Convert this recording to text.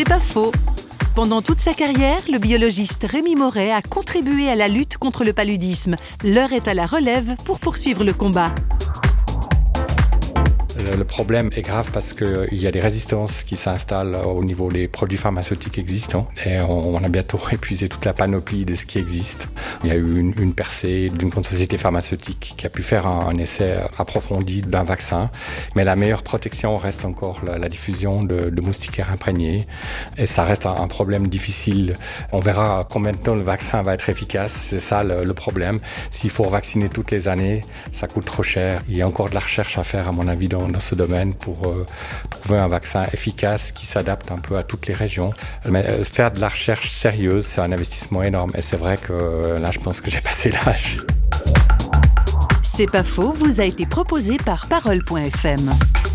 C'est pas faux. Pendant toute sa carrière, le biologiste Rémi Moret a contribué à la lutte contre le paludisme. L'heure est à la relève pour poursuivre le combat. Le problème est grave parce qu'il y a des résistances qui s'installent au niveau des produits pharmaceutiques existants et on a bientôt épuisé toute la panoplie de ce qui existe. Il y a eu une percée d'une grande société pharmaceutique qui a pu faire un essai approfondi d'un vaccin, mais la meilleure protection reste encore la diffusion de moustiquaires imprégnés et ça reste un problème difficile. On verra combien de temps le vaccin va être efficace, c'est ça le problème. S'il faut vacciner toutes les années, ça coûte trop cher. Il y a encore de la recherche à faire à mon avis dans ce domaine pour trouver un vaccin efficace qui s'adapte un peu à toutes les régions. Mais faire de la recherche sérieuse, c'est un investissement énorme. Et c'est vrai que là, je pense que j'ai passé l'âge. C'est pas faux, vous a été proposé par Parole.fm.